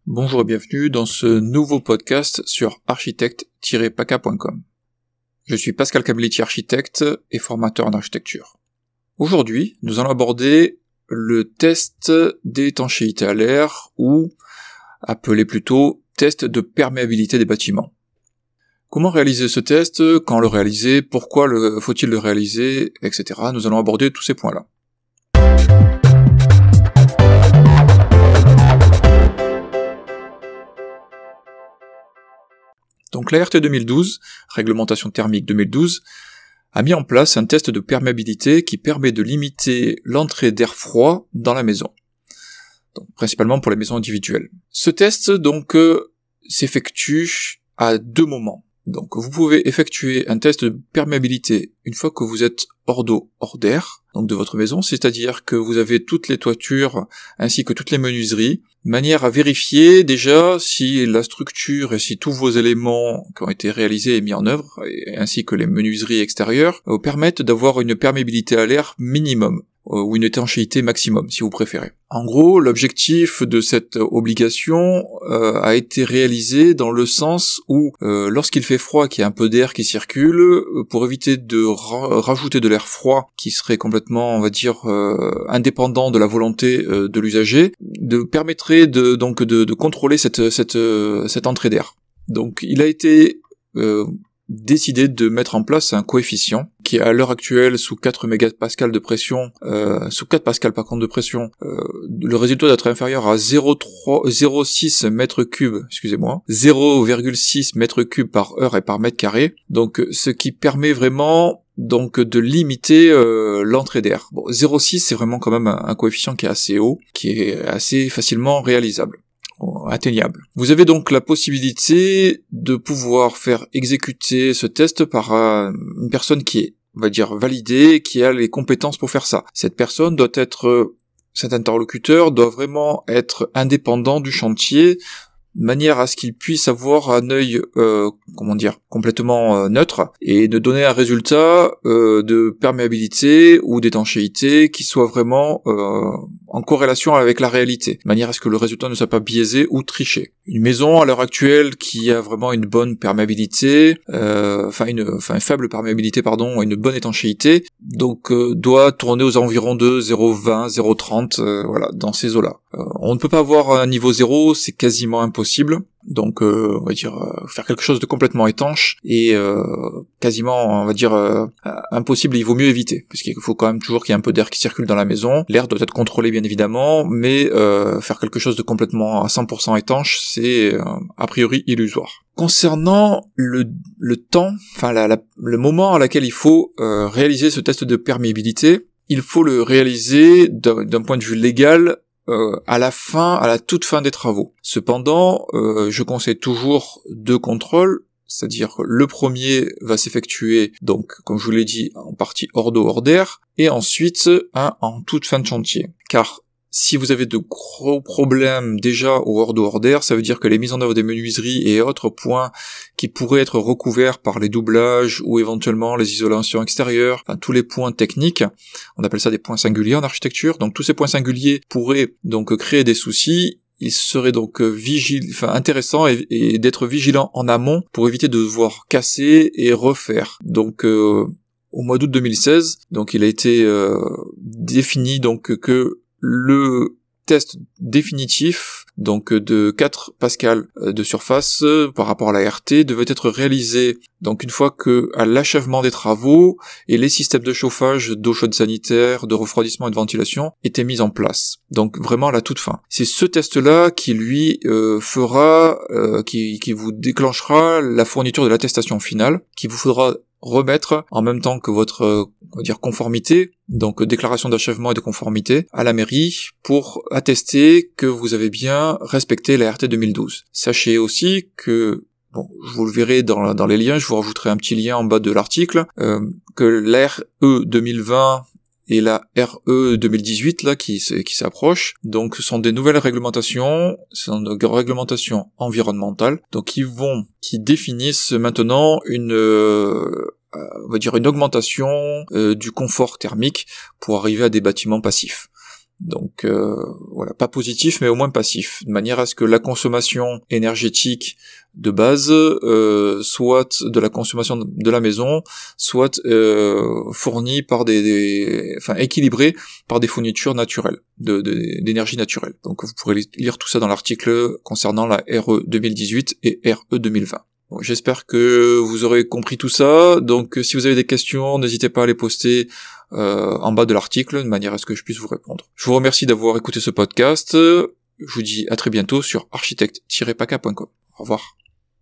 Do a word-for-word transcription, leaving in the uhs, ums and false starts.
Bonjour et bienvenue dans ce nouveau podcast sur architecte tiret p a c a point com. Je suis Pascal Cabelliti, architecte et formateur en architecture. Aujourd'hui, nous allons aborder le test d'étanchéité à l'air ou, appelé plutôt, test de perméabilité des bâtiments. Comment réaliser ce test, quand le réaliser, pourquoi le, faut-il le réaliser, et cetera. Nous allons aborder tous ces points-là. Donc la R T deux mille douze, Réglementation thermique deux mille douze, a mis en place un test de perméabilité qui permet de limiter l'entrée d'air froid dans la maison, donc principalement pour les maisons individuelles. Ce test donc euh, s'effectue à deux moments. Donc vous pouvez effectuer un test de perméabilité une fois que vous êtes hors d'eau, hors d'air, donc de votre maison, c'est-à-dire que vous avez toutes les toitures ainsi que toutes les menuiseries, de manière à vérifier déjà si la structure et si tous vos éléments qui ont été réalisés et mis en œuvre, et ainsi que les menuiseries extérieures, vous permettent d'avoir une perméabilité à l'air minimum, ou une étanchéité maximum, si vous préférez. En gros, l'objectif de cette obligation euh, a été réalisé dans le sens où, euh, lorsqu'il fait froid, qu'il y a un peu d'air qui circule, euh, pour éviter de ra- rajouter de l'air froid, qui serait complètement, on va dire, euh, indépendant de la volonté euh, de l'usager, de permettrait de donc de, de contrôler cette cette euh, cette entrée d'air. Donc, il a été euh, décidé de mettre en place un coefficient qui est à l'heure actuelle sous quatre mégapascales de pression, euh, sous quatre pascals par contre de pression, euh, le résultat doit être inférieur à zéro virgule six mètres cubes, excusez-moi, zéro virgule six mètres cubes par heure et par mètre carré, donc ce qui permet vraiment donc de limiter euh, l'entrée d'air. Bon, zéro virgule six c'est vraiment quand même un, un coefficient qui est assez haut, qui est assez facilement réalisable. Atteignable. Vous avez donc la possibilité de pouvoir faire exécuter ce test par euh, une personne qui est, on va dire, validée, qui a les compétences pour faire ça. Cette personne doit être, cet interlocuteur doit vraiment être indépendant du chantier, de manière à ce qu'il puisse avoir un œil, euh, comment dire, complètement euh, neutre, et de donner un résultat euh, de perméabilité ou d'étanchéité qui soit vraiment euh, en corrélation avec la réalité, de manière à ce que le résultat ne soit pas biaisé ou triché. Une maison à l'heure actuelle qui a vraiment une bonne perméabilité, euh, enfin une, enfin une faible perméabilité pardon, une bonne étanchéité, donc euh, doit tourner aux environs de zéro virgule vingt, zéro virgule trente, euh, voilà, dans ces eaux-là. Euh, on ne peut pas avoir un niveau zéro, c'est quasiment impossible. Donc, euh, on va dire euh, faire quelque chose de complètement étanche et euh, quasiment, on va dire euh, impossible. Il vaut mieux éviter, parce qu'il faut quand même toujours qu'il y ait un peu d'air qui circule dans la maison. L'air doit être contrôlé, bien évidemment, mais euh, faire quelque chose de complètement à cent pour cent étanche, c'est euh, a priori illusoire. Concernant le, le temps, enfin la, la, le moment à laquelle il faut euh, réaliser ce test de perméabilité, il faut le réaliser d'un, d'un point de vue légal. Euh, à la fin, à la toute fin des travaux. Cependant, euh, je conseille toujours deux contrôles, c'est-à-dire le premier va s'effectuer, donc, comme je vous l'ai dit, en partie hors d'eau, hors d'air, et ensuite un en toute fin de chantier. Car si vous avez de gros problèmes déjà au hors d'eau, hors d'air, ça veut dire que les mises en œuvre des menuiseries et autres points qui pourraient être recouverts par les doublages ou éventuellement les isolations extérieures, enfin tous les points techniques, on appelle ça des points singuliers en architecture, donc tous ces points singuliers pourraient donc créer des soucis. Il serait donc vigile, enfin intéressant et, et d'être vigilant en amont pour éviter de devoir casser et refaire. Donc euh, au mois d'août deux mille seize, donc il a été euh, défini donc que le test définitif, donc de quatre pascals de surface par rapport à la R T, devait être réalisé donc une fois que à l'achèvement des travaux et les systèmes de chauffage, d'eau chaude sanitaire, de refroidissement et de ventilation étaient mis en place. Donc vraiment à la toute fin. C'est ce test-là qui lui euh, fera, euh, qui, qui vous déclenchera la fourniture de l'attestation finale, qui vous faudra remettre en même temps que votre euh, on va dire conformité, donc euh, déclaration d'achèvement et de conformité à la mairie pour attester que vous avez bien respecté la R T deux mille douze. Sachez aussi que, bon, je vous le verrai dans, dans les liens, je vous rajouterai un petit lien en bas de l'article, euh, que la R E deux mille vingt et la R E deux mille dix-huit là qui, qui s'approchent, donc ce sont des nouvelles réglementations, ce sont des réglementations environnementales, donc qui vont, qui définissent maintenant une euh, on va dire une augmentation euh, du confort thermique pour arriver à des bâtiments passifs. Donc euh, voilà, pas positif mais au moins passif, de manière à ce que la consommation énergétique de base euh, soit de la consommation de la maison, soit euh, fournie par des, des, enfin équilibrée par des fournitures naturelles, de, de, d'énergie naturelle. Donc vous pourrez lire tout ça dans l'article concernant la R E deux mille dix-huit et R E deux mille vingt. Bon, j'espère que vous aurez compris tout ça, donc si vous avez des questions, n'hésitez pas à les poster euh, en bas de l'article, de manière à ce que je puisse vous répondre. Je vous remercie d'avoir écouté ce podcast, je vous dis à très bientôt sur architecte tiret paca point com. Au revoir.